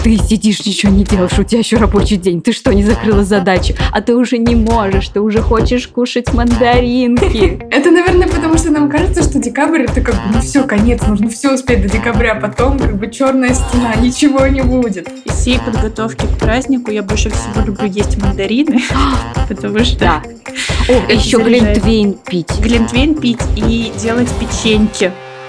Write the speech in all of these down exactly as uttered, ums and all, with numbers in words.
ты сидишь, ничего не делаешь, у тебя еще рабочий день, ты что, не закрыла задачу? А ты уже не можешь, ты уже хочешь кушать мандаринки. Это, наверное, потому что нам кажется, что декабрь это как бы, ну все, конец, нужно все успеть до декабря, потом как бы черная стена, ничего не будет. Из всей подготовки к празднику я больше всего люблю есть мандарины, потому что... Да. О, еще глинтвейн пить. Глинтвейн пить и делать печеньки.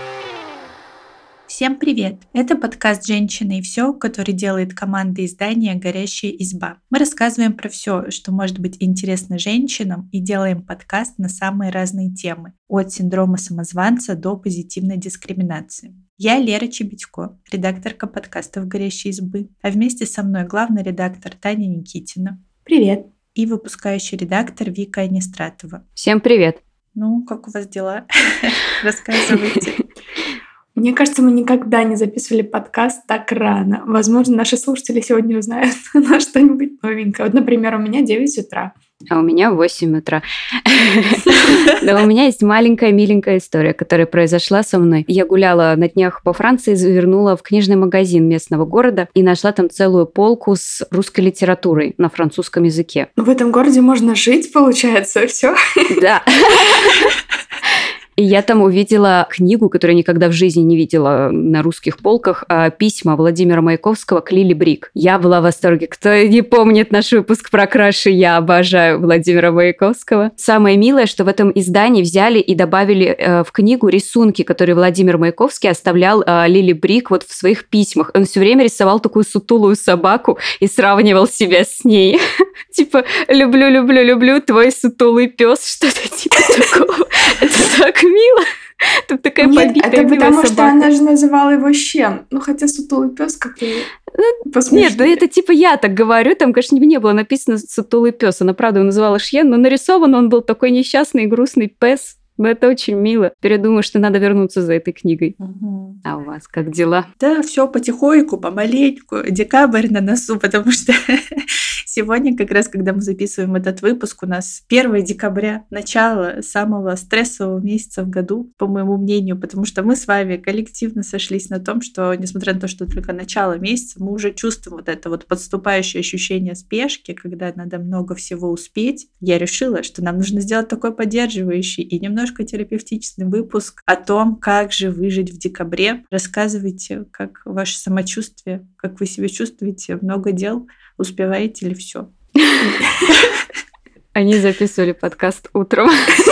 Всем привет! Это подкаст «Женщины и все», который делает команда издания «Горящая изба». Мы рассказываем про все, что может быть интересно женщинам, и делаем подкаст на самые разные темы, от синдрома самозванца до позитивной дискриминации. Я Лера Чебедько, редакторка подкастов «Горящей избы», а вместе со мной главный редактор Таня Никитина. Привет! И выпускающий редактор Вика Анистратова. Всем привет! Ну, как у вас дела? Рассказывайте. Мне кажется, мы никогда не записывали подкаст так рано. Возможно, наши слушатели сегодня узнают на что-нибудь новенькое. Вот, например, у меня девять утра. А у меня восемь утра. Да, у меня есть маленькая миленькая история, которая произошла со мной. Я гуляла на днях по Франции, завернула в книжный магазин местного города и нашла там целую полку с русской литературой на французском языке. В этом городе можно жить, получается, все. Да. И я там увидела книгу, которую я никогда в жизни не видела на русских полках, письма Владимира Маяковского к Лили Брик. Я была в восторге. Кто не помнит наш выпуск про краши, я обожаю Владимира Маяковского. Самое милое, что в этом издании взяли и добавили в книгу рисунки, которые Владимир Маяковский оставлял Лили Брик вот в своих письмах. Он все время рисовал такую сутулую собаку и сравнивал себя с ней. Типа, люблю, люблю, люблю, твой сутулый пес, что-то типа такого. Это так мило. Тут такая Нет, побитая это потому собака. что она же называла его Щен. Ну, хотя сутулый пес как-то посмешнее. Нет, ну это типа я так говорю. Там, конечно, не было написано сутулый пес. Она, правда, его называла Щен, но нарисован он был такой несчастный и грустный пес. Но это очень мило. Теперь я думаю, что надо вернуться за этой книгой. Угу. А у вас как дела? Да, все потихоньку, помаленьку. Декабрь на носу, потому что сегодня, как раз, когда мы записываем этот выпуск, у нас первое декабря, начало самого стрессового месяца в году, по моему мнению, потому что мы с вами коллективно сошлись на том, что, несмотря на то, что только начало месяца, мы уже чувствуем вот это вот подступающее ощущение спешки, когда надо много всего успеть. Я решила, что нам нужно сделать такой поддерживающий и немножко терапевтичный выпуск о том, как же выжить в декабре. Рассказывайте, как ваше самочувствие, как вы себя чувствуете, много дел, успеваете ли все? Они записывали подкаст утром.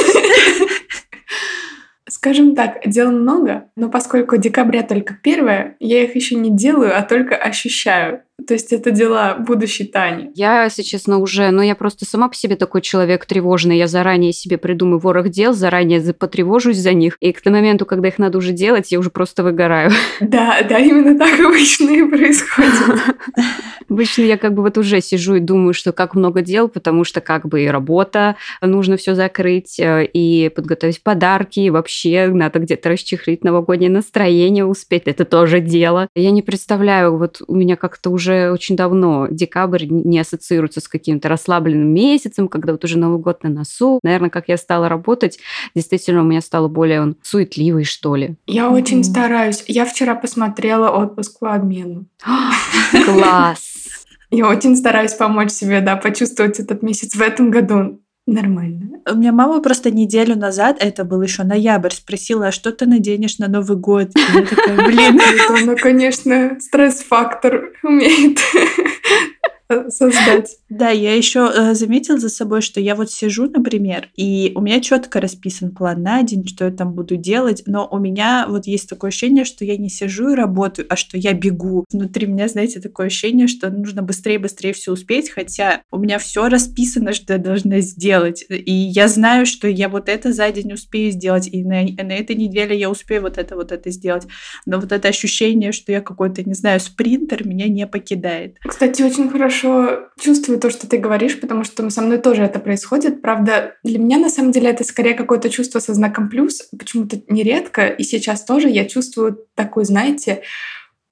Скажем так, дел много, но поскольку декабря только первое, я их еще не делаю, а только ощущаю. То есть это дела будущей Тани. Я, если честно, уже... Ну, я просто сама по себе такой человек тревожный. Я заранее себе придумаю ворох дел, заранее потревожусь за них. И к моменту, когда их надо уже делать, я уже просто выгораю. Да, да, именно так обычно и происходит. Обычно я как бы вот уже сижу и думаю, что как много дел, потому что как бы и работа, нужно все закрыть, и подготовить подарки, и вообще надо где-то расчехлить новогоднее настроение, успеть. Это тоже дело. Я не представляю, вот у меня как-то уже Уже очень давно декабрь не ассоциируется с каким-то расслабленным месяцем, когда вот уже Новый год на носу. Наверное, как я стала работать, действительно у меня стало более он суетливый, что ли. Я mm-hmm. очень стараюсь. Я вчера посмотрела «Отпуск по обмену». Класс! Я очень стараюсь помочь себе, да, почувствовать этот месяц в этом году. Нормально. У меня мама просто неделю назад, это был еще ноябрь, спросила, а что ты наденешь на Новый год? И я такая, блин. Она, конечно, стресс-фактор умеет создать. Да, я еще э, заметила за собой, что я вот сижу, например, и у меня четко расписан план на день, что я там буду делать, но у меня вот есть такое ощущение, что я не сижу и работаю, а что я бегу. Внутри меня, знаете, такое ощущение, что нужно быстрее-быстрее все успеть, хотя у меня все расписано, что я должна сделать, и я знаю, что я вот это за день успею сделать, и на, на этой неделе я успею вот это, вот это сделать. Но вот это ощущение, что я какой-то, не знаю, спринтер, меня не покидает. Кстати, очень хорошо чувствую то, что ты говоришь, потому что со мной тоже это происходит. Правда, для меня на самом деле это скорее какое-то чувство со знаком плюс. Почему-то нередко, и сейчас тоже я чувствую такой, знаете,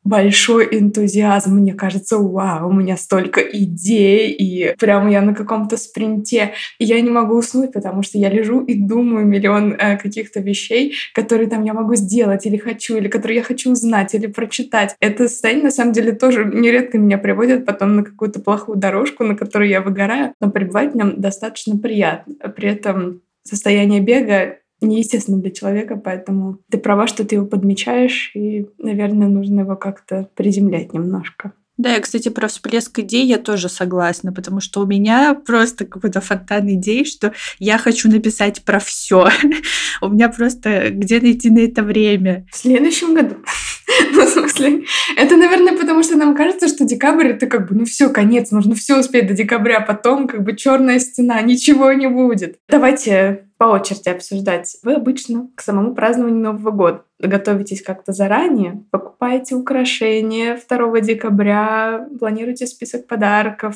большой энтузиазм. Мне кажется, вау, у меня столько идей, и прям я на каком-то спринте. И я не могу уснуть, потому что я лежу и думаю миллион э, каких-то вещей, которые там я могу сделать, или хочу, или которые я хочу узнать, или прочитать. Это состояние, на самом деле, тоже нередко меня приводит потом на какую-то плохую дорожку, на которой я выгораю, но пребывать в нем достаточно приятно. При этом состояние бега неестественно для человека, поэтому ты права, что ты его подмечаешь, и, наверное, нужно его как-то приземлять немножко. Да, я, кстати, про всплеск идей я тоже согласна, потому что у меня просто какой-то фонтан идей, что я хочу написать про все. У меня просто где найти на это время? В следующем году. Ну, в смысле, это, наверное, потому что нам кажется, что декабрь — это как бы, ну все, конец, нужно все успеть до декабря, потом как бы черная стена, ничего не будет. Давайте по очереди обсуждать. Вы обычно к самому празднованию Нового года готовитесь как-то заранее, покупаете украшения второго декабря, планируете список подарков,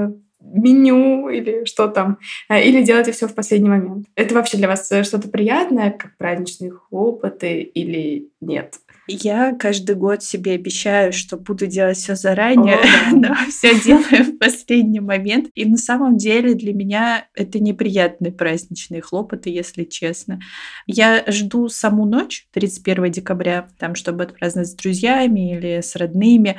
меню или что там, или делаете все в последний момент. Это вообще для вас что-то приятное, как праздничные хлопоты, или нет? Я каждый год себе обещаю, что буду делать все заранее, О, да. но все делаю в последний момент. И на самом деле для меня это неприятные праздничные хлопоты, если честно. Я жду саму ночь, тридцать первого декабря, там, чтобы отпраздновать с друзьями или с родными,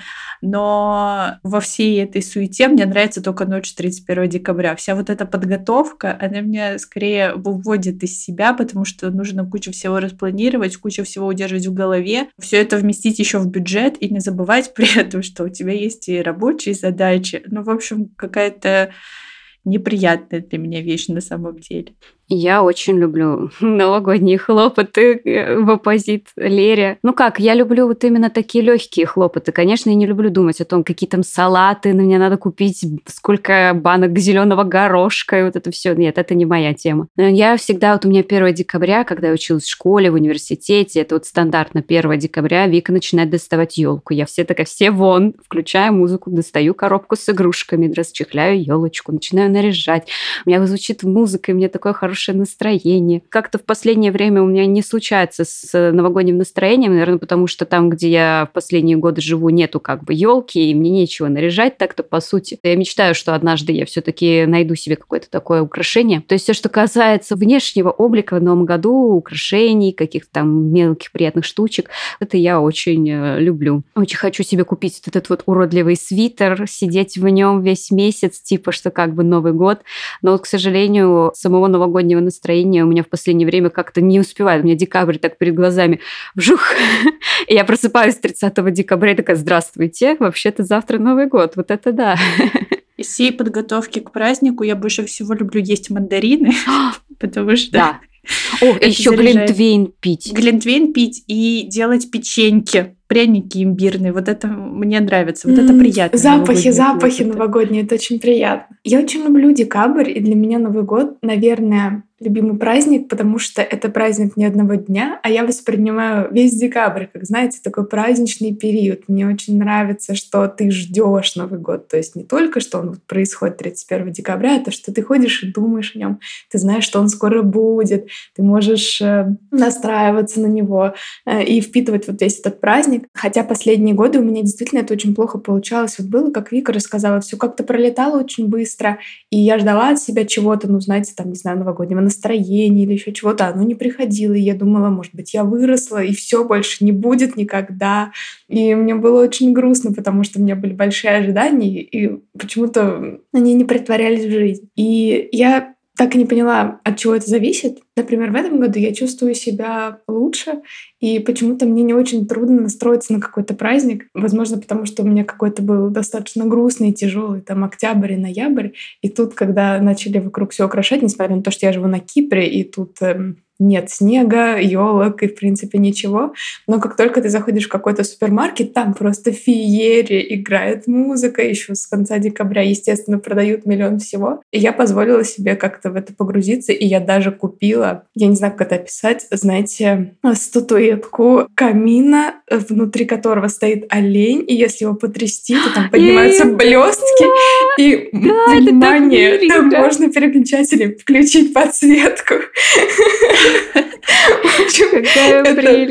но во всей этой суете мне нравится только ночь тридцать первого декабря. Вся вот эта подготовка, она меня скорее выводит из себя, потому что нужно кучу всего распланировать, кучу всего удерживать в голове, все это вместить еще в бюджет и не забывать при этом, что у тебя есть и рабочие задачи. Ну, в общем, какая-то неприятная для меня вещь на самом деле. Я очень люблю новогодние хлопоты в оппозит Лере. Ну как, я люблю вот именно такие легкие хлопоты. Конечно, я не люблю думать о том, какие там салаты, на мне надо купить сколько банок зеленого горошка и вот это все. Нет, это не моя тема. Но я всегда, вот у меня первого декабря, когда я училась в школе, в университете, это вот стандартно первого декабря Вика начинает доставать елку. Я все такая, все вон, включаю музыку, достаю коробку с игрушками, расчехляю елочку, начинаю наряжать. У меня звучит музыка, и мне такое хорошее настроение. Как-то в последнее время у меня не случается с новогодним настроением, наверное, потому что там, где я в последние годы живу, нету как бы елки, и мне нечего наряжать так-то, по сути. Я мечтаю, что однажды я все-таки найду себе какое-то такое украшение. То есть все, что касается внешнего облика в Новом году, украшений, каких-то там мелких приятных штучек, это я очень люблю. Очень хочу себе купить вот этот вот уродливый свитер, сидеть в нем весь месяц, типа, что как бы Новый год. Но вот, к сожалению, самого новогоднего настроения у меня в последнее время как-то не успевает. У меня декабрь так перед глазами вжух. И я просыпаюсь тридцатого декабря и такая, здравствуйте, вообще-то завтра Новый год. Вот это да. Из всей подготовки к празднику я больше всего люблю есть мандарины, потому что... Да. О, еще глинтвейн пить. Глинтвейн пить и делать печеньки, пряники имбирные. Вот это мне нравится, вот это приятно. Запахи, запахи новогодние, это очень приятно. Я очень люблю декабрь, и для меня Новый год, наверное, любимый праздник, потому что это праздник не одного дня, а я воспринимаю весь декабрь, как, знаете, такой праздничный период. Мне очень нравится, что ты ждешь Новый год. То есть не только, что он происходит тридцать первого декабря, а то, что ты ходишь и думаешь о нем, ты знаешь, что он скоро будет, ты можешь настраиваться на него и впитывать вот весь этот праздник. Хотя последние годы у меня действительно это очень плохо получалось. Вот было, как Вика рассказала, все как-то пролетало очень быстро, и я ждала от себя чего-то, ну, знаете, там, не знаю, новогоднего настроения или еще чего-то, оно не приходило, и я думала, может быть, я выросла, и все больше не будет никогда. И мне было очень грустно, потому что у меня были большие ожидания, и почему-то они не претворялись в жизнь. И я так и не поняла, от чего это зависит. Например, в этом году я чувствую себя лучше, и почему-то мне не очень трудно настроиться на какой-то праздник. Возможно, потому что у меня какой-то был достаточно грустный, тяжелый там октябрь и ноябрь. И тут, когда начали вокруг все украшать, несмотря на то, что я живу на Кипре, и тут эм, нет снега, елок и, в принципе, ничего. Но как только ты заходишь в какой-то супермаркет, там просто феерия, играет музыка. Еще с конца декабря, естественно, продают миллион всего. И я позволила себе как-то в это погрузиться, и я даже купила, я не знаю, как это описать, знаете, статуэтку камина, внутри которого стоит олень, и если его потрясти, то там поднимаются блестки, и, Да, внимание, это так там миленько. можно переключателем включить подсветку. Какая Это- прелесть.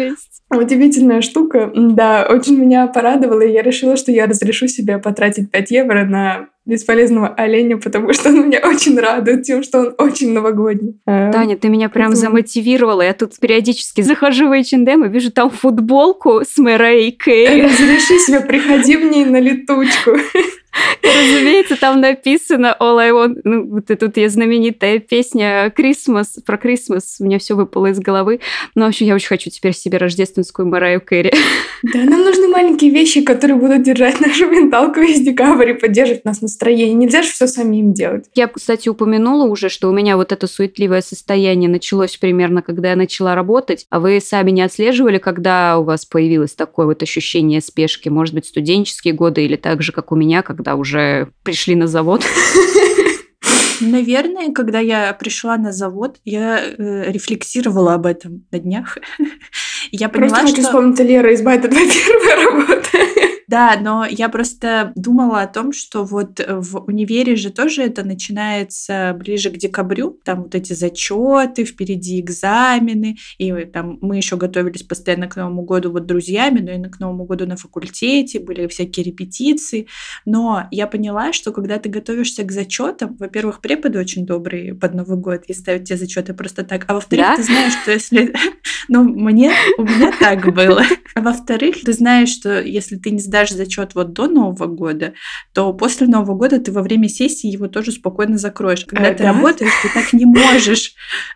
Удивительная штука. Да, очень меня порадовало, и я решила, что я разрешу себе потратить пять евро на бесполезного оленя, потому что он меня очень радует тем, что он очень новогодний. Таня, ты меня прям Поэтому- замотивировала. Я тут периодически захожу в эйч энд эм и вижу там футболку с Мэрайей Кэрри. Разреши себе, приходи в ней на летучку. И, разумеется, там написано All I Want. Ну, вот это тут есть знаменитая песня Christmas, про Christmas. У меня все выпало из головы. Но вообще я очень хочу теперь себе рождественскую Мэрайю Кэрри. Да, нам нужны маленькие вещи, которые будут держать нашу менталку весь декабрь и поддерживать нас настроение. Нельзя же все самим делать. Я, кстати, упомянула уже, что у меня вот это суетливое состояние началось примерно, когда я начала работать. А вы сами не отслеживали, когда у вас появилось такое вот ощущение спешки? Может быть, студенческие годы или так же, как у меня, когда уже пришли на завод? Наверное, когда я пришла на завод, я э, рефлексировала об этом на днях. Я поняла, Просто хочу что... вспомнить Лера из «Байт», это твоя первая работа. Да, но я просто думала о том, что вот в универе же тоже это начинается ближе к декабрю. Там вот эти зачеты, впереди экзамены. И там мы еще готовились постоянно к Новому году вот друзьями, но и к Новому году на факультете, были всякие репетиции. Но я поняла, что когда ты готовишься к зачетам, во-первых, преподы очень добрые под Новый год и ставят тебе зачеты просто так. А во-вторых, Да? ты знаешь, что если... Ну, мне, у меня так было. А во-вторых, ты знаешь, что если ты не сдашь зачет вот до Нового года, то после Нового года ты во время сессии его тоже спокойно закроешь. Когда А, ты да? работаешь, ты так не можешь.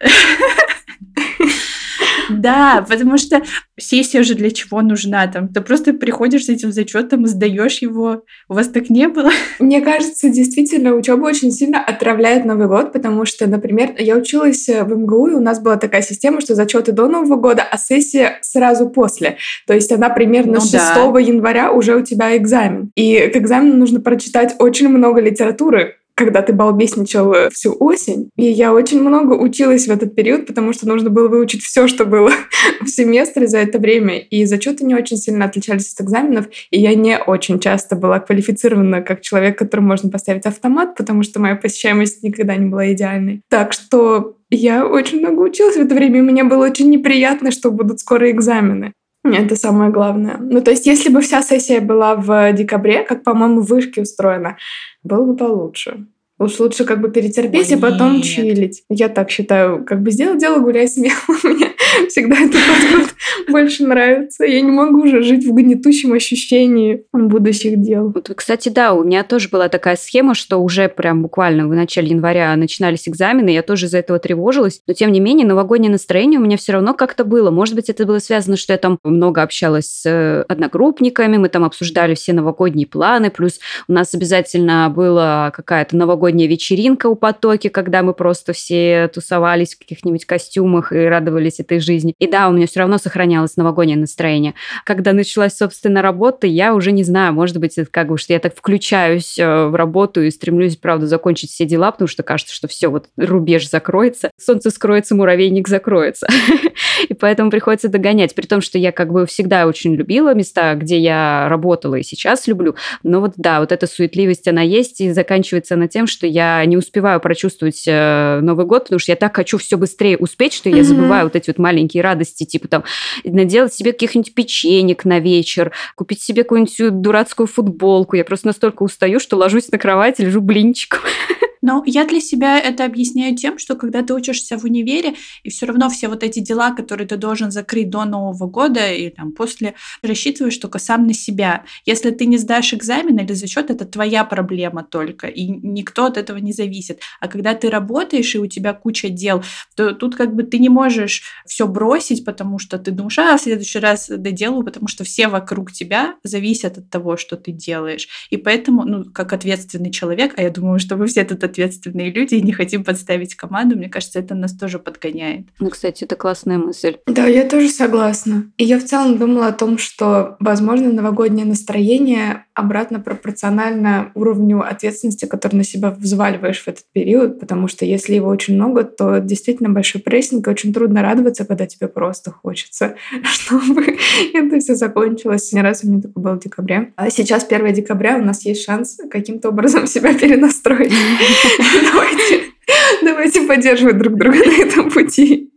Да, потому что сессия же для чего нужна? Там ты просто приходишь с этим зачетом и сдаешь его. У вас так не было? Мне кажется, действительно, учеба очень сильно отравляет Новый год, потому что, например, я училась в эм гэ у, и у нас была такая система, что зачеты до Нового года, а сессия сразу после. То есть она примерно Ну с да. шестого января уже у тебя экзамен. И к экзамену нужно прочитать очень много литературы, когда ты балбесничал всю осень. И я очень много училась в этот период, потому что нужно было выучить все, что было в семестре за это время. И зачеты не очень сильно отличались от экзаменов. И я не очень часто была квалифицирована как человек, которому можно поставить автомат, потому что моя посещаемость никогда не была идеальной. Так что я очень много училась в это время, и мне было очень неприятно, что будут скоро экзамены. Это самое главное. Ну, то есть, если бы вся сессия была в декабре, как, по-моему, в вышке устроено, было бы получше. Уж лучше как бы перетерпеть Ой, и потом нет. чилить. Я так считаю. Как бы сделай дело, гуляй смело. Мне всегда этот подход больше нравится. Я не могу уже жить в гнетущем ощущении будущих дел. Вот, кстати, да, у меня тоже была такая схема, что уже прям буквально в начале января начинались экзамены, я тоже из-за этого тревожилась, но тем не менее новогоднее настроение у меня все равно как-то было. Может быть, это было связано, что я там много общалась с одногруппниками, мы там обсуждали все новогодние планы, плюс у нас обязательно была какая-то новогодняя вечеринка у Потоки, когда мы просто все тусовались в каких-нибудь костюмах и радовались этой жизни. И да, у меня все равно сохранялось новогоднее настроение. Когда началась, собственно, работа, я уже не знаю, может быть, это как бы, что я так включаюсь в работу и стремлюсь, правда, закончить все дела, потому что кажется, что все, вот рубеж закроется, солнце скроется, муравейник закроется. И поэтому приходится догонять. При том, что я как бы всегда очень любила места, где я работала, и сейчас люблю. Но вот да, вот эта суетливость, она есть, и заканчивается она тем, что я не успеваю прочувствовать э, Новый год, потому что я так хочу все быстрее успеть, что я mm-hmm. забываю вот эти вот маленькие радости, типа там наделать себе каких-нибудь печенек на вечер, купить себе какую-нибудь дурацкую футболку. Я просто настолько устаю, что ложусь на кровать и лежу блинчиком. Но я для себя это объясняю тем, что когда ты учишься в универе, и все равно все вот эти дела, которые ты должен закрыть до Нового года и там после, рассчитываешь только сам на себя. Если ты не сдашь экзамен или зачет, это твоя проблема только, и никто от этого не зависит. А когда ты работаешь, и у тебя куча дел, то тут как бы ты не можешь все бросить, потому что ты думаешь, а в следующий раз доделаю, потому что все вокруг тебя зависят от того, что ты делаешь. И поэтому, ну, как ответственный человек, а я думаю, что вы все тут ответственные люди и не хотим подставить команду, мне кажется, это нас тоже подгоняет. Ну, кстати, это классная мысль. Да, я тоже согласна. И я в целом думала о том, что, возможно, новогоднее настроение обратно пропорционально уровню ответственности, который на себя взваливаешь в этот период, потому что если его очень много, то действительно большой прессинг, и очень трудно радоваться, когда тебе просто хочется, чтобы это все закончилось. Последний раз у меня такое было в декабре. А сейчас первое декабря, у нас есть шанс каким-то образом себя перенастроить. Давайте, давайте поддерживать друг друга на этом пути.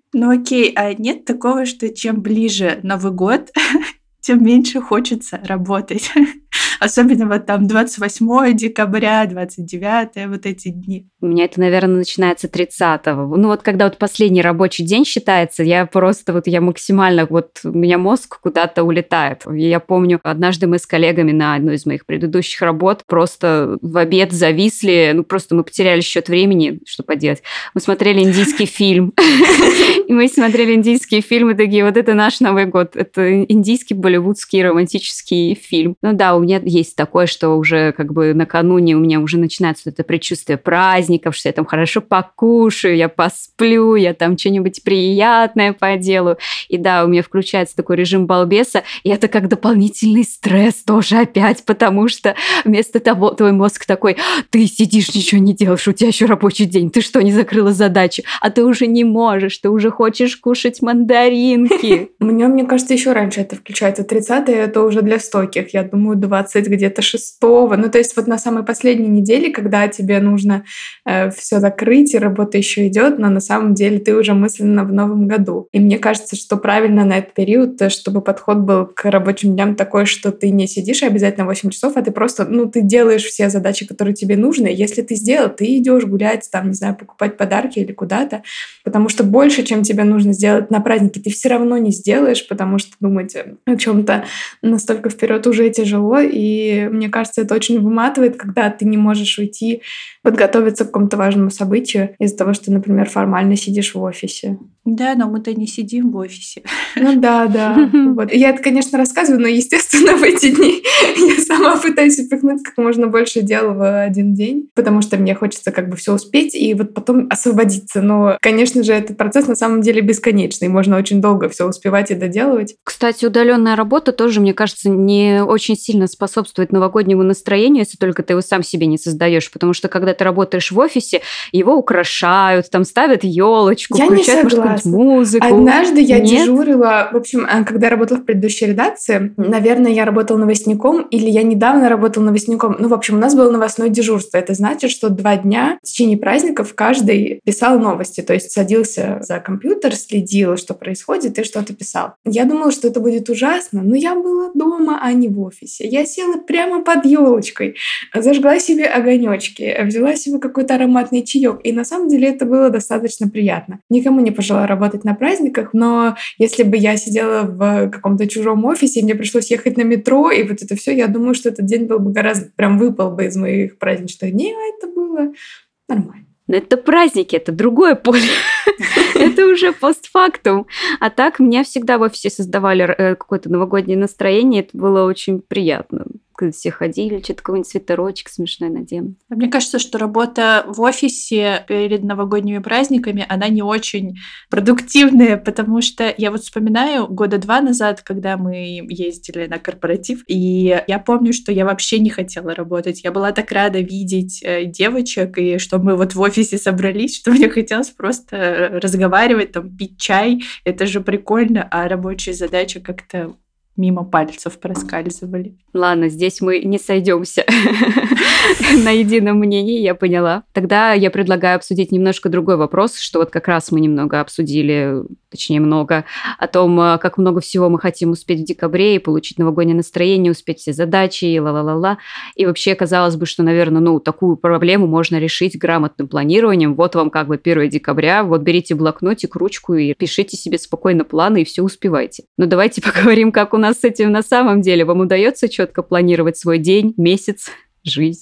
Ну окей, а нет такого, что чем ближе Новый год, тем меньше хочется работать? Особенно вот там двадцать восьмое декабря, двадцать девятое, вот эти дни. У меня это, наверное, начинается тридцатого. Ну вот когда вот последний рабочий день считается, я просто вот я максимально, вот у меня мозг куда-то улетает. Я помню, однажды мы с коллегами на одной из моих предыдущих работ просто в обед зависли, ну просто мы потеряли счет времени, что поделать. Мы смотрели индийский фильм. И мы смотрели индийские фильмы, такие, вот это наш Новый год. Это индийский, болливудский, романтический фильм. Ну да, у меня есть такое, что уже как бы накануне у меня уже начинается это предчувствие праздников, что я там хорошо покушаю, я посплю, я там что-нибудь приятное поделаю. И да, у меня включается такой режим балбеса, и это как дополнительный стресс тоже опять, потому что вместо того твой мозг такой, ты сидишь, ничего не делаешь, у тебя еще рабочий день, ты что, не закрыла задачу? А ты уже не можешь, ты уже хочешь кушать мандаринки. Мне, мне кажется, еще раньше это включается. тридцатое это уже для стойких. Я думаю, двадцать где-то шестого. Ну, то есть вот на самой последней неделе, когда тебе нужно э, все закрыть, и работа еще идет, но на самом деле ты уже мысленно в новом году. И мне кажется, что правильно на этот период, чтобы подход был к рабочим дням такой, что ты не сидишь обязательно восемь часов, а ты просто, ну, ты делаешь все задачи, которые тебе нужны. Если ты сделал, ты идешь гулять, там, не знаю, покупать подарки или куда-то, потому что больше, чем тебе нужно сделать на празднике, ты все равно не сделаешь, потому что думать о чем-то настолько вперед уже тяжело, и мне кажется, это очень выматывает, когда ты не можешь уйти, подготовиться к какому-то важному событию из-за того, что, например, формально сидишь в офисе. Да, но мы-то не сидим в офисе. Ну да, да. Вот. Я это, конечно, рассказываю, но, естественно, в эти дни я сама пытаюсь упихнуть как можно больше дел в один день, потому что мне хочется как бы все успеть и вот потом освободиться. Но, конечно же, этот процесс на самом деле бесконечный. Можно очень долго все успевать и доделывать. Кстати, удаленная работа тоже, мне кажется, не очень сильно способствует новогоднему настроению, если только ты его сам себе не создаешь, потому что когда ты работаешь в офисе, его украшают, там ставят елочку, включают, может быть, музыку. Однажды я Нет? дежурила, в общем, когда работала в предыдущей редакции, наверное, я работала новостником, или я недавно работала новостником. Ну, в общем, у нас было новостное дежурство. Это значит, что два дня в течение праздников каждый писал новости, то есть садился за компьютер, следил, что происходит, и что-то писал. Я думала, что это будет ужасно, но я была дома, а не в офисе. Я села прямо под елочкой, зажгла себе огонечки, взяла себе какой-то ароматный чаек, и на самом деле это было достаточно приятно. Никому не пожелала работать на праздниках, но если бы я сидела в каком-то чужом офисе, и мне пришлось ехать на метро, и вот это все, я думаю, что этот день был бы гораздо, прям выпал бы из моих праздничных дней, а это было нормально. Но это праздники, это другое поле. Это уже постфактум. А так, меня всегда в офисе создавали какое-то новогоднее настроение, это было очень приятно. Когда все ходили, что-то какой-нибудь свитерочек смешной надену. Мне кажется, что работа в офисе перед новогодними праздниками, она не очень продуктивная, потому что я вот вспоминаю года два назад, когда мы ездили на корпоратив, и я помню, что я вообще не хотела работать. Я была так рада видеть девочек, и что мы вот в офисе собрались, что мне хотелось просто разговаривать, там, пить чай. Это же прикольно, а рабочие задачи как-то мимо пальцев проскальзывали. Ладно, здесь мы не сойдемся на едином мнении, я поняла. Тогда я предлагаю обсудить немножко другой вопрос, что вот как раз мы немного обсудили, точнее много, о том, как много всего мы хотим успеть в декабре и получить новогоднее настроение, успеть все задачи и ла-ла-ла-ла. И вообще, казалось бы, что, наверное, ну, такую проблему можно решить грамотным планированием. Вот вам как бы первое декабря, вот берите блокнотик, ручку и пишите себе спокойно планы и все успевайте. Но давайте поговорим, как у нас с этим на самом деле. Вам удается четко планировать свой день, месяц, жизнь?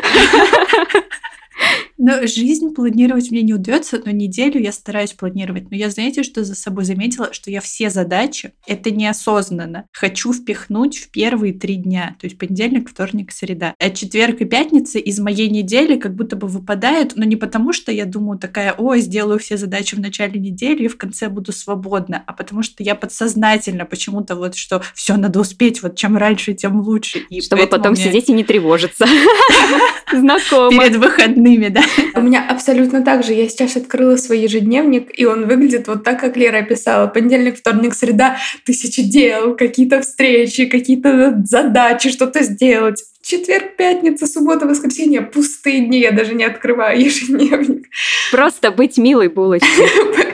Но жизнь планировать мне не удается, но неделю я стараюсь планировать. Но я, знаете, что за собой заметила? Что я все задачи, это неосознанно, хочу впихнуть в первые три дня. То есть понедельник, вторник, среда. А четверг и пятница из моей недели как будто бы выпадают, но не потому, что я думаю такая, ой, сделаю все задачи в начале недели и в конце буду свободна, а потому что я подсознательно почему-то вот, что все надо успеть, вот чем раньше, тем лучше. И чтобы потом мне... сидеть и не тревожиться. Знакомо. Перед выходными, да. У меня абсолютно так же. Я сейчас открыла свой ежедневник, и он выглядит вот так, как Лера описала. Понедельник, вторник, среда, тысячи дел, какие-то встречи, какие-то задачи, что-то сделать. Четверг, пятница, суббота, воскресенье — пустые дни, я даже не открываю ежедневник. Просто быть милой булочкой.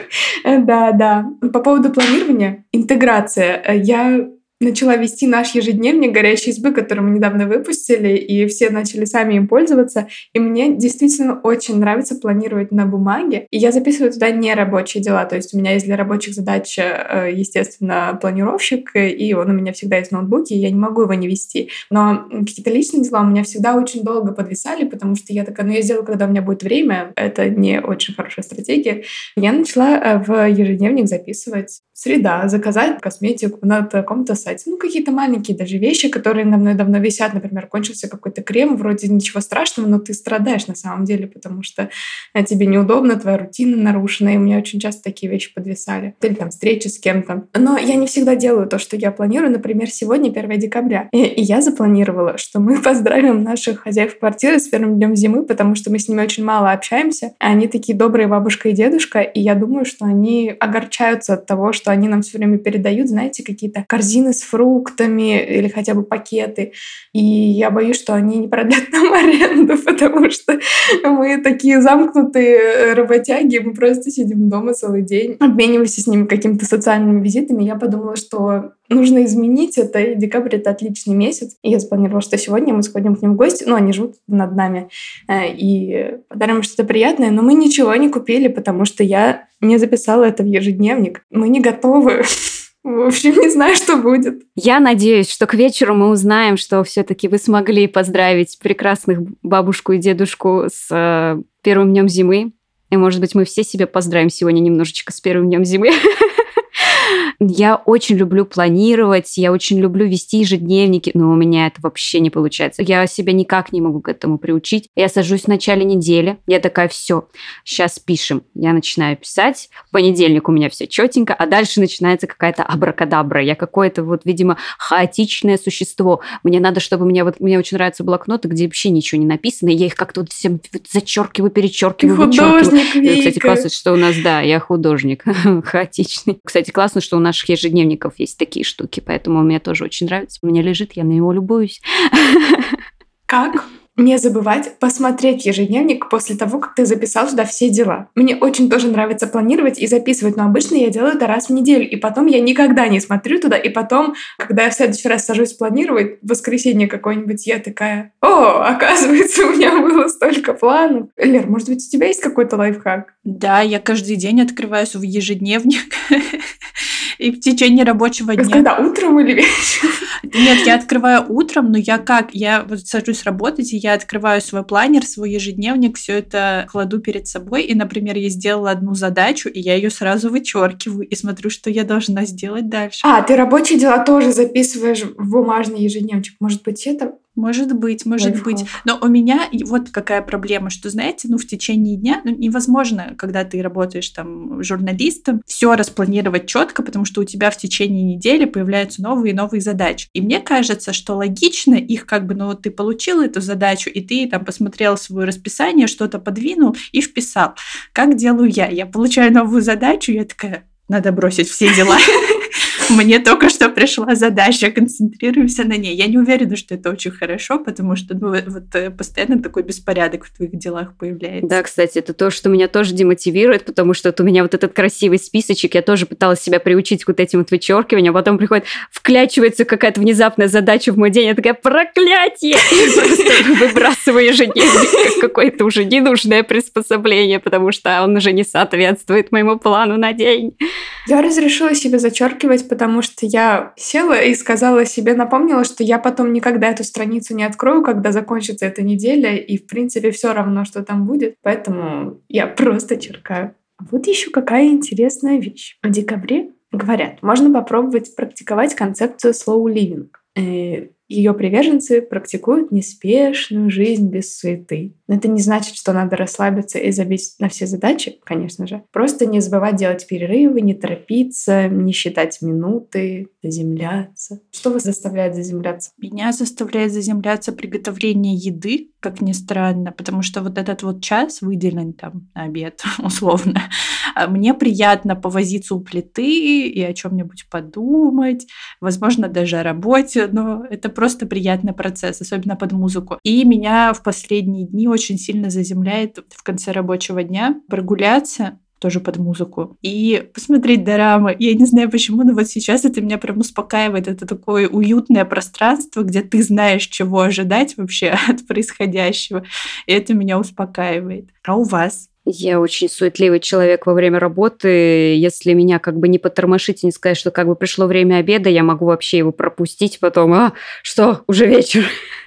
Да, да. По поводу планирования, интеграция. Я начала вести наш ежедневник «Горящей избы», который мы недавно выпустили, и все начали сами им пользоваться. И мне действительно очень нравится планировать на бумаге. И я записываю туда не рабочие дела. То есть у меня есть для рабочих задач, естественно, планировщик, и он у меня всегда есть в ноутбуке, и я не могу его не вести. Но какие-то личные дела у меня всегда очень долго подвисали, потому что я такая, ну я сделаю, когда у меня будет время. Это не очень хорошая стратегия. Я начала в ежедневник записывать: среда, заказать косметику на таком-то сайте. Ну, какие-то маленькие даже вещи, которые на мной давно висят. Например, кончился какой-то крем, вроде ничего страшного, но ты страдаешь на самом деле, потому что тебе неудобно, твоя рутина нарушена, и у меня очень часто такие вещи подвисали. Или там встречи с кем-то. Но я не всегда делаю то, что я планирую. Например, сегодня первое декабря. И, и я запланировала, что мы поздравим наших хозяев квартиры с первым днем зимы, потому что мы с ними очень мало общаемся. Они такие добрые бабушка и дедушка, и я думаю, что они огорчаются от того, что они нам все время передают, знаете, какие-то корзины с фруктами или хотя бы пакеты. И я боюсь, что они не продлят нам аренду, потому что мы такие замкнутые работяги, мы просто сидим дома целый день, обмениваемся с ними какими-то социальными визитами. Я подумала, что нужно изменить это, и декабрь — это отличный месяц. И я запланировала, что сегодня мы сходим к ним в гости, ну, они живут над нами, и подарим что-то приятное, но мы ничего не купили, потому что я не записала это в ежедневник. Мы не готовы. В общем, не знаю, что будет. Я надеюсь, что к вечеру мы узнаем, что все-таки вы смогли поздравить прекрасных бабушку и дедушку с э, первым днем зимы. И, может быть, мы все себя поздравим сегодня немножечко с первым днем зимы. Я очень люблю планировать, я очень люблю вести ежедневники, но у меня это вообще не получается. Я себя никак не могу к этому приучить. Я сажусь в начале недели, я такая: все, сейчас пишем. Я начинаю писать, в понедельник у меня все четенько, а дальше начинается какая-то абракадабра. Я какое-то вот, видимо, хаотичное существо. Мне надо, чтобы мне вот мне очень нравятся блокноты, где вообще ничего не написано, и я их как-то вот всем зачеркиваю, перечеркиваю, вычеркиваю. Художник, Вика. Кстати, классно, что у нас, да, я художник, хаотичный. Кстати, классно, что у наших ежедневников есть такие штуки, поэтому мне тоже очень нравится. У меня лежит, я на него любуюсь. Как не забывать посмотреть ежедневник после того, как ты записал туда все дела? Мне очень тоже нравится планировать и записывать, но обычно я делаю это раз в неделю, и потом я никогда не смотрю туда, и потом, когда я в следующий раз сажусь планировать, в воскресенье какое-нибудь, я такая: о, оказывается, у меня было столько планов. Лер, может быть, у тебя есть какой-то лайфхак? Да, я каждый день открываю свой ежедневник и в течение рабочего Это дня. когда, утром или вечером? Нет, я открываю утром, но я как? Я вот сажусь работать, и я открываю свой планер, свой ежедневник, все это кладу перед собой. И, например, я сделала одну задачу, и я ее сразу вычеркиваю и смотрю, что я должна сделать дальше. А, ты рабочие дела тоже записываешь в бумажный ежедневничек. Может быть, это... Может быть, может Лайфхак. быть. Но у меня и вот какая проблема, что, знаете, ну, в течение дня ну, невозможно, когда ты работаешь там журналистом, все распланировать четко, потому что у тебя в течение недели появляются новые и новые задачи. И мне кажется, что логично их как бы, ну, вот ты получил эту задачу, и ты там посмотрел свое расписание, что-то подвинул и вписал. Как делаю я? Я получаю новую задачу, я такая: надо бросить все дела. Мне только что пришла задача, концентрируемся на ней. Я не уверена, что это очень хорошо, потому что ну, вот постоянно такой беспорядок в твоих делах появляется. Да, кстати, это то, что меня тоже демотивирует, потому что вот у меня вот этот красивый списочек, я тоже пыталась себя приучить к вот этим вот вычеркиваниям, а потом приходит, вклячивается какая-то внезапная задача в мой день, я такая: проклятие! И просто выбрасываю ежедневник как какое-то уже ненужное приспособление, потому что он уже не соответствует моему плану на день. Я разрешила себе зачеркивать, потому что я села и сказала себе, напомнила, что я потом никогда эту страницу не открою, когда закончится эта неделя, и, в принципе, все равно, что там будет. Поэтому я просто черкаю. Вот еще какая интересная вещь. В декабре, говорят, можно попробовать практиковать концепцию slow living. Ее приверженцы практикуют неспешную жизнь без суеты. Но это не значит, что надо расслабиться и забить на все задачи, конечно же. Просто не забывать делать перерывы, не торопиться, не считать минуты, заземляться. Что вас заставляет заземляться? Меня заставляет заземляться приготовление еды, как ни странно, потому что вот этот вот час выделен там на обед, условно. Мне приятно повозиться у плиты и о чем-нибудь подумать, возможно, даже о работе, но это просто приятный процесс, особенно под музыку. И меня в последние дни очень сильно заземляет в конце рабочего дня прогуляться, тоже под музыку, и посмотреть дорамы. Я не знаю почему, но вот сейчас это меня прям успокаивает. Это такое уютное пространство, где ты знаешь, чего ожидать вообще от происходящего, и это меня успокаивает. А у вас? Я очень суетливый человек во время работы. Если меня как бы не потормошить и не сказать, что как бы пришло время обеда, я могу вообще его пропустить потом. А, что, уже вечер?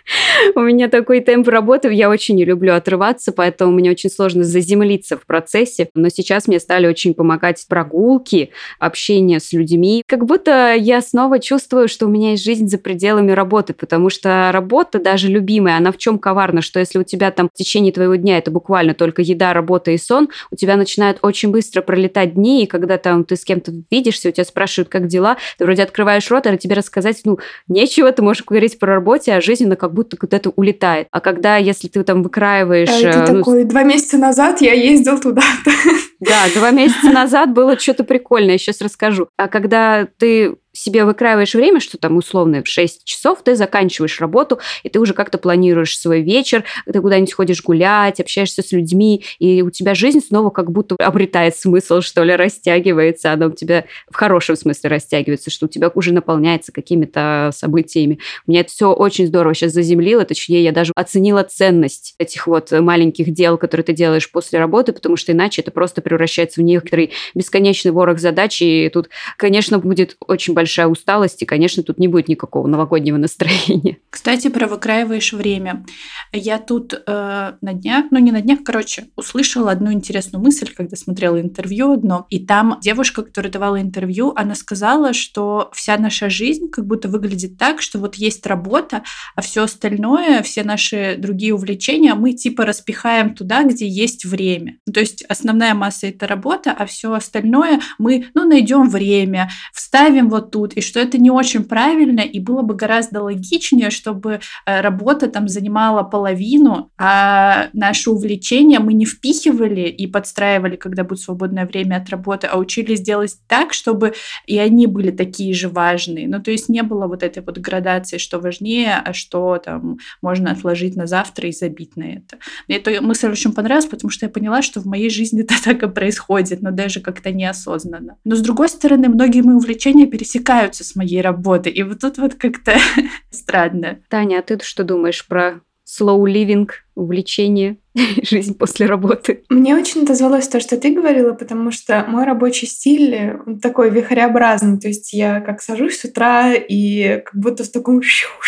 У меня такой темп работы, я очень не люблю отрываться, поэтому мне очень сложно заземлиться в процессе. Но сейчас мне стали очень помогать прогулки, общение с людьми. Как будто я снова чувствую, что у меня есть жизнь за пределами работы, потому что работа, даже любимая, она в чем коварна, что если у тебя там в течение твоего дня это буквально только еда, работа и сон, у тебя начинают очень быстро пролетать дни, и когда там ты с кем-то видишься, у тебя спрашивают, как дела, ты вроде открываешь рот, а тебе рассказать, ну, нечего, ты можешь говорить про работу, а жизнь, она как будто куда-то улетает. А когда, если ты там выкраиваешь... А ты ну, такой, два месяца назад я ездил туда-то. Да, два месяца назад было что-то прикольное, сейчас расскажу. А когда ты себе выкраиваешь время, что там условно в шесть часов, ты заканчиваешь работу, и ты уже как-то планируешь свой вечер, ты куда-нибудь ходишь гулять, общаешься с людьми, и у тебя жизнь снова как будто обретает смысл, что ли, растягивается, она у тебя в хорошем смысле растягивается, что у тебя уже наполняется какими-то событиями. Меня это все очень здорово сейчас заземлило, точнее, я даже оценила ценность этих вот маленьких дел, которые ты делаешь после работы, потому что иначе это просто превращается в некоторый бесконечный ворох задач, и тут, конечно, будет очень большая усталость, и, конечно, тут не будет никакого новогоднего настроения. Кстати, про выкраиваешь время. Я тут э, на днях, ну не на днях, короче, услышала одну интересную мысль, когда смотрела интервью одно, и там девушка, которая давала интервью, она сказала, что вся наша жизнь как будто выглядит так, что вот есть работа, а все остальное, все наши другие увлечения мы типа распихаем туда, где есть время. То есть основная масса — это работа, а все остальное мы, ну, найдем время, вставим вот тут, и что это не очень правильно, и было бы гораздо логичнее, чтобы работа там занимала половину, а наши увлечения мы не впихивали и подстраивали, когда будет свободное время от работы, а учились делать так, чтобы и они были такие же важные. Ну, то есть не было вот этой вот градации, что важнее, а что там можно отложить на завтра и забить на это. Мне эта мысль очень понравилась, потому что я поняла, что в моей жизни это так и происходит, но даже как-то неосознанно. Но, с другой стороны, многие мои увлечения пересекаются с моей работой, и вот тут вот как-то странно. Таня, а ты что думаешь про slow living, увлечение, жизнь после работы? Мне очень отозвалось то, что ты говорила, потому что мой рабочий стиль он такой вихреобразный. То есть я как сажусь с утра и как будто в таком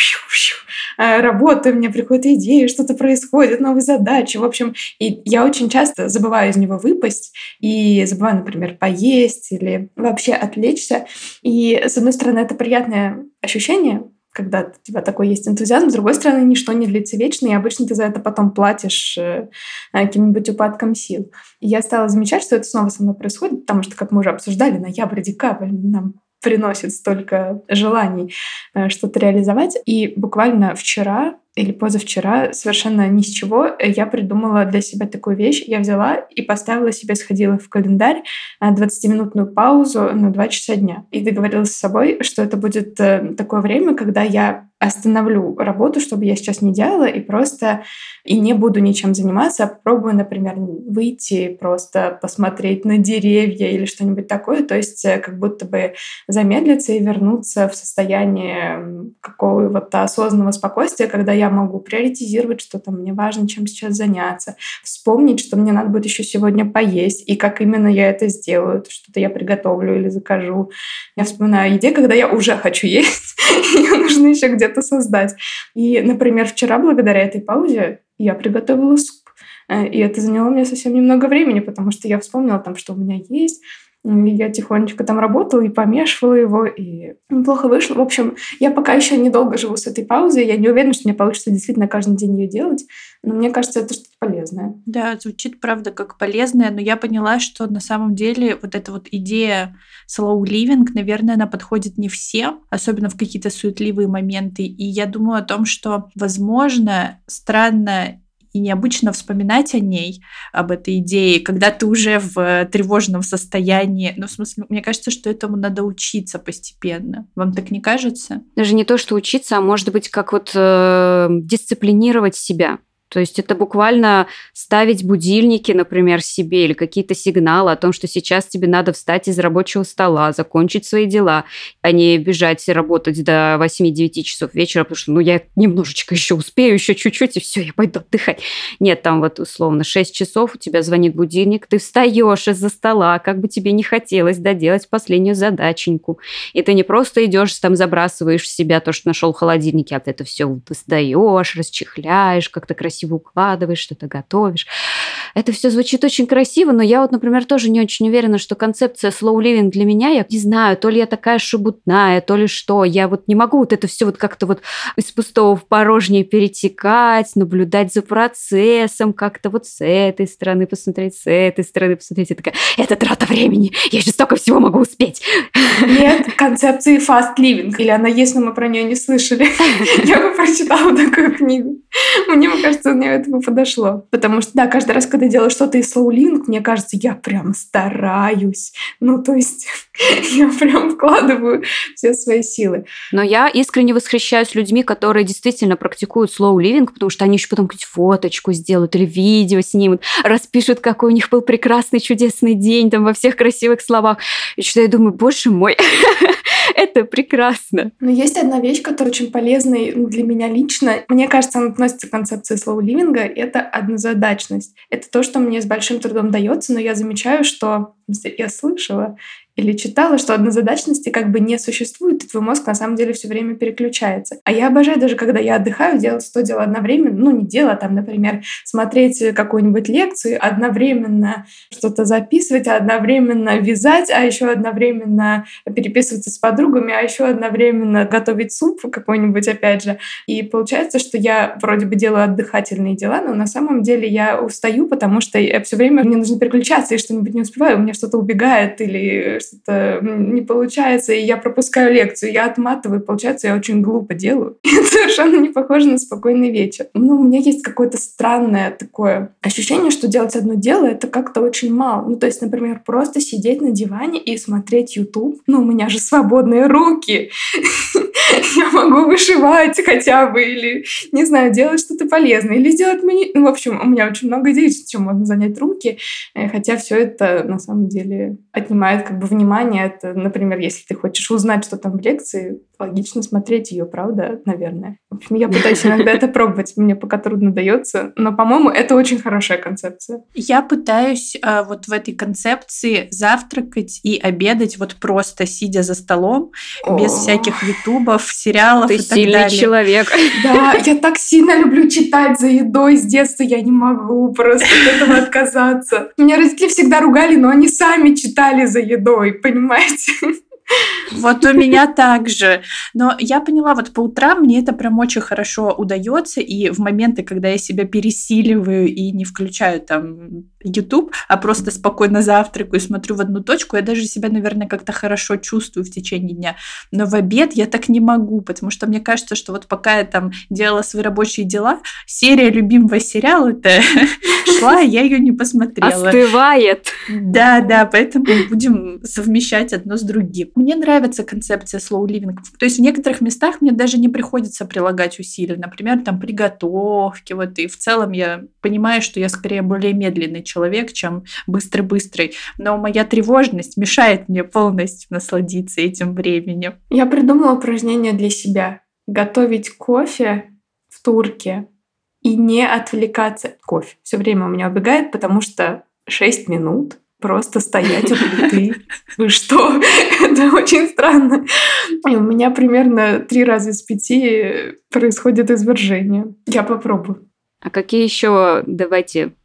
работаю, мне приходят идеи, что-то происходит, новые задачи. В общем, и я очень часто забываю из него выпасть и забываю, например, поесть или вообще отвлечься. И, с одной стороны, это приятное ощущение, когда у тебя такой есть энтузиазм, с другой стороны, ничто не длится вечно, и обычно ты за это потом платишь э, каким-нибудь упадком сил. И я стала замечать, что это снова со мной происходит, потому что, как мы уже обсуждали, ноябрь-декабрь нам приносит столько желаний э, что-то реализовать. И буквально вчера или позавчера, совершенно ни с чего, я придумала для себя такую вещь. Я взяла и поставила себе, сходила в календарь двадцатиминутную паузу на два часа дня. И договорилась с собой, что это будет такое время, когда я остановлю работу, чтобы я сейчас не делала, и просто и не буду ничем заниматься, а попробую, например, выйти, просто посмотреть на деревья или что-нибудь такое, то есть как будто бы замедлиться и вернуться в состояние какого-то осознанного спокойствия, когда я могу приоритизировать, что там мне важно, чем сейчас заняться, вспомнить, что мне надо будет еще сегодня поесть, и как именно я это сделаю, что-то я приготовлю или закажу. Я вспоминаю о еде, когда я уже хочу есть, ее нужно еще где-то создать. И, например, вчера, благодаря этой паузе, я приготовила суп. И это заняло мне совсем немного времени, потому что я вспомнила, там, что у меня есть, Я тихонечко там работала и помешивала его, и неплохо вышло. В общем, я пока еще недолго живу с этой паузой. Я не уверена, что мне получится действительно каждый день ее делать, но мне кажется, это что-то полезное. Да, звучит, правда, как полезное, но я поняла, что на самом деле вот эта вот идея slow living, наверное, она подходит не всем, особенно в какие-то суетливые моменты. И я думаю о том, что, возможно, странно и необычно вспоминать о ней, об этой идее, когда ты уже в тревожном состоянии. Ну, в смысле, мне кажется, что этому надо учиться постепенно. Вам так не кажется? Даже не то, что учиться, а может быть, как вот э, дисциплинировать себя. То есть это буквально ставить будильники, например, себе или какие-то сигналы о том, что сейчас тебе надо встать из рабочего стола, закончить свои дела, а не бежать работать до восьми-девяти часов вечера, потому что ну я немножечко еще успею, еще чуть-чуть, и все, я пойду отдыхать. Нет, там вот условно шесть часов, у тебя звонит будильник, ты встаешь из-за стола, как бы тебе не хотелось доделать последнюю задаченьку. И ты не просто идешь, там забрасываешь в себя то, что нашел в холодильнике, а ты это все достаешь, расчехляешь, как-то красиво укладываешь, что-то готовишь. Это все звучит очень красиво, но я вот, например, тоже не очень уверена, что концепция slow living для меня, я не знаю, то ли я такая шебутная, то ли что. Я вот не могу вот это все вот как-то вот из пустого в порожнее перетекать, наблюдать за процессом, как-то вот с этой стороны посмотреть, с этой стороны посмотреть. Я такая, это трата времени, я же столько всего могу успеть. Нет концепции fast living, или она есть, но мы про нее не слышали. Я бы прочитала такую книгу. Мне кажется, мне это бы подошло. Потому что, да, каждый раз, когда делаю что-то из slow living, мне кажется, я прям стараюсь. Ну, то есть я прям вкладываю все свои силы. Но я искренне восхищаюсь людьми, которые действительно практикуют slow living, потому что они еще потом какую-нибудь фоточку сделают или видео снимут, распишут, какой у них был прекрасный, чудесный день, там во всех красивых словах. И что я думаю, боже мой, это прекрасно. Но есть одна вещь, которая очень полезна для меня лично. Мне кажется, она относится к концепции slow living. Это однозадачность. Это то, что мне с большим трудом дается, но я замечаю, что я слышала или читала, что однозадачности как бы не существует, и твой мозг на самом деле все время переключается. А я обожаю даже, когда я отдыхаю, делать сто дел одновременно. Ну, не дело, а там, например, смотреть какую-нибудь лекцию, одновременно что-то записывать, одновременно вязать, а еще одновременно переписываться с подругами, а еще одновременно готовить суп какой-нибудь, опять же. И получается, что я вроде бы делаю отдыхательные дела, но на самом деле я устаю, потому что я все время мне нужно переключаться, и что-нибудь не успеваю, у меня что-то убегает или что-то не получается, и я пропускаю лекцию, я отматываю, получается, я очень глупо делаю. Это совершенно не похоже на спокойный вечер. Но у меня есть какое-то странное такое ощущение, что делать одно дело — это как-то очень мало. Ну, то есть, например, просто сидеть на диване и смотреть YouTube. Ну, у меня же свободные руки. Я могу вышивать хотя бы, или, не знаю, делать что-то полезное, или сделать мани... Ну, в общем, у меня очень много идей, чем можно занять руки, хотя все это, на самом деле, отнимает как бы внимание. Это, например, если ты хочешь узнать, что там в лекции, логично смотреть ее, правда, наверное. В общем, я пытаюсь иногда это пробовать, мне пока трудно дается, но, по-моему, это очень хорошая концепция. Я пытаюсь а, вот в этой концепции завтракать и обедать вот просто сидя за столом, О. без всяких ютубов, сериалов Ты и так сильный далее. человек. Да, я так сильно люблю читать за едой с детства, я не могу просто от этого отказаться. Меня родители всегда ругали, но они сами читали за едой, понимаете? Вот у меня так же. Но я поняла, вот по утрам мне это прям очень хорошо удается, и в моменты, когда я себя пересиливаю и не включаю там YouTube, а просто спокойно завтракаю и смотрю в одну точку, я даже себя, наверное, как-то хорошо чувствую в течение дня. Но в обед я так не могу, потому что мне кажется, что вот пока я там делала свои рабочие дела, серия любимого сериала-то шла, я ее не посмотрела. Остывает. Да, да, поэтому будем совмещать одно с другим. Мне нравится концепция slow living. То есть в некоторых местах мне даже не приходится прилагать усилия. Например, там при готовке. Вот, и в целом я понимаю, что я скорее более медленный человек, чем быстрый-быстрый. Но моя тревожность мешает мне полностью насладиться этим временем. Я придумала упражнение для себя. Готовить кофе в турке и не отвлекаться. Кофе все время у меня убегает, потому что шесть минут просто стоять у плиты. Вы что? Это очень странно. И у меня примерно три раза из пяти происходит извержение. Я попробую. А какие еще, давайте,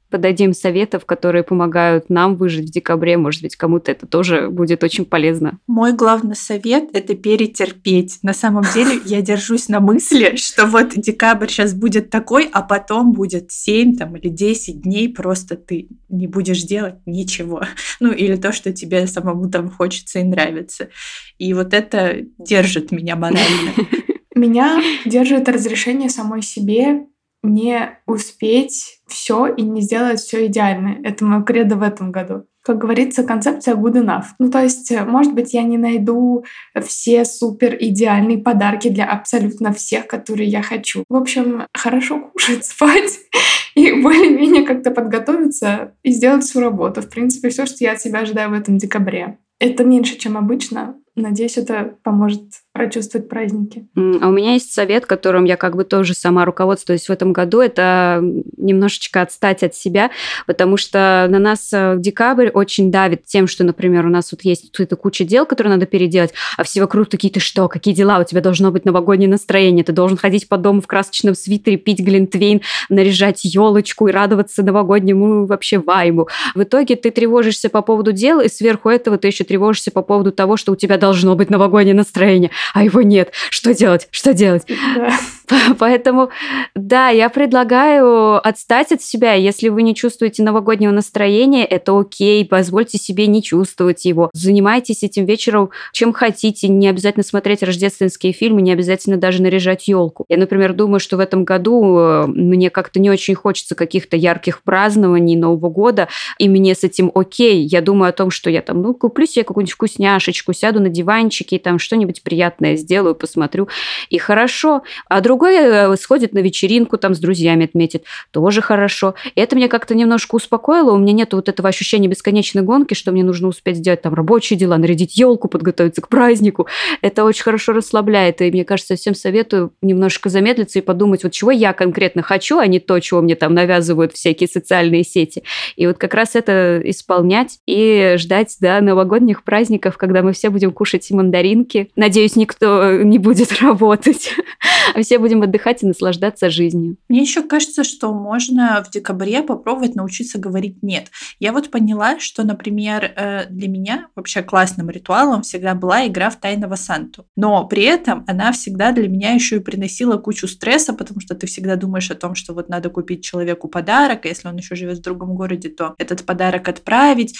подадим советов, которые помогают нам выжить в декабре. Может быть, кому-то это тоже будет очень полезно. Мой главный совет – это перетерпеть. На самом деле я держусь на мысли, что вот декабрь сейчас будет такой, а потом будет семь там, или десять дней, просто ты не будешь делать ничего. Ну, или то, что тебе самому там хочется и нравится. И вот это держит меня морально. Меня держит разрешение самой себе не успеть все и не сделать все идеально. Это мое кредо в этом году. Как говорится, концепция good enough. Ну, то есть, может быть, я не найду все супер идеальные подарки для абсолютно всех, которые я хочу. В общем, хорошо кушать, спать и более-менее как-то подготовиться и сделать всю работу. В принципе, все, что я от себя ожидаю в этом декабре. Это меньше, чем обычно. Надеюсь, это поможет прочувствовать праздники. А у меня есть совет, которым я как бы тоже сама руководствуюсь в этом году. Это немножечко отстать от себя, потому что на нас декабрь очень давит тем, что, например, у нас вот есть тут куча дел, которые надо переделать, а все вокруг такие: ты что, какие дела? У тебя должно быть новогоднее настроение, ты должен ходить по дому в красочном свитере, пить глинтвейн, наряжать елочку и радоваться новогоднему вообще вайбу. В итоге ты тревожишься по поводу дел, и сверху этого ты еще тревожишься по поводу того, что у тебя должно быть новогоднее настроение, а его нет. Что делать? Что делать? Да. Поэтому, да, я предлагаю отстать от себя. Если вы не чувствуете новогоднего настроения, это окей, позвольте себе не чувствовать его. Занимайтесь этим вечером чем хотите. Не обязательно смотреть рождественские фильмы, не обязательно даже наряжать елку. Я, например, думаю, что в этом году мне как-то не очень хочется каких-то ярких празднований Нового года, и мне с этим окей. Я думаю о том, что я там, ну, куплю себе какую-нибудь вкусняшечку, сяду на диванчике и там что-нибудь приятное сделаю, посмотрю, и хорошо. А другой сходит на вечеринку, там с друзьями отметит, тоже хорошо. И это меня как-то немножко успокоило. У меня нет вот этого ощущения бесконечной гонки, что мне нужно успеть сделать там рабочие дела, нарядить елку, подготовиться к празднику. Это очень хорошо расслабляет. И мне кажется, всем советую немножко замедлиться и подумать, вот чего я конкретно хочу, а не то, чего мне там навязывают всякие социальные сети. И вот как раз это исполнять и ждать, да, новогодних праздников, когда мы все будем кушать мандаринки. Надеюсь, никто не будет работать. А все будем отдыхать и наслаждаться жизнью. Мне еще кажется, что можно в декабре попробовать научиться говорить «нет». Я вот поняла, что, например, для меня вообще классным ритуалом всегда была игра в Тайного Санту. Но при этом она всегда для меня еще и приносила кучу стресса, потому что ты всегда думаешь о том, что вот надо купить человеку подарок, а если он еще живет в другом городе, то этот подарок отправить.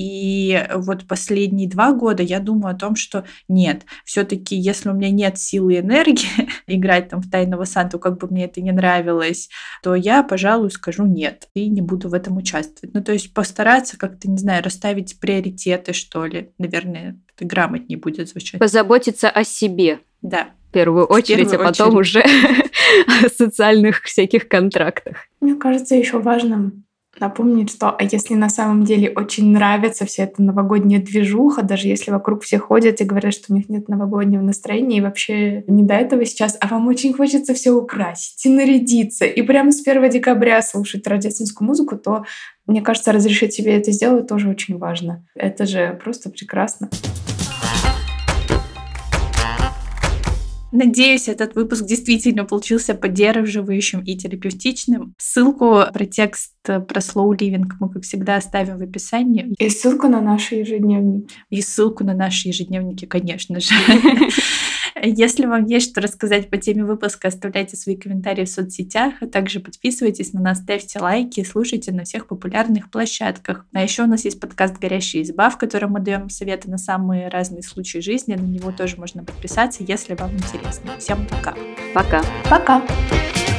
И вот последние два года я думаю о том, что нет, все-таки если у меня нет силы и энергии играть там в Тайного Санту, как бы мне это не нравилось, то я, пожалуй, скажу нет и не буду в этом участвовать. Ну, то есть постараться как-то, не знаю, расставить приоритеты, что ли. Наверное, это грамотнее будет звучать. Позаботиться о себе. Да. В первую очередь, первую а потом очередь. уже о социальных всяких контрактах. Мне кажется, еще важным напомнить, что а если на самом деле очень нравится вся эта новогодняя движуха, даже если вокруг все ходят и говорят, что у них нет новогоднего настроения и вообще не до этого сейчас, а вам очень хочется все украсить и нарядиться, и прямо с первого декабря слушать рождественскую музыку, то, мне кажется, разрешить себе это сделать тоже очень важно. Это же просто прекрасно. Надеюсь, этот выпуск действительно получился поддерживающим и терапевтичным. Ссылку про текст про slow living мы, как всегда, оставим в описании. И ссылку на наши ежедневники. И ссылку на наши ежедневники, конечно же. Если вам есть что рассказать по теме выпуска, оставляйте свои комментарии в соцсетях, а также подписывайтесь на нас, ставьте лайки и слушайте на всех популярных площадках. А еще у нас есть подкаст «Горящая изба», в котором мы даем советы на самые разные случаи жизни. На него тоже можно подписаться, если вам интересно. Всем пока. Пока. Пока.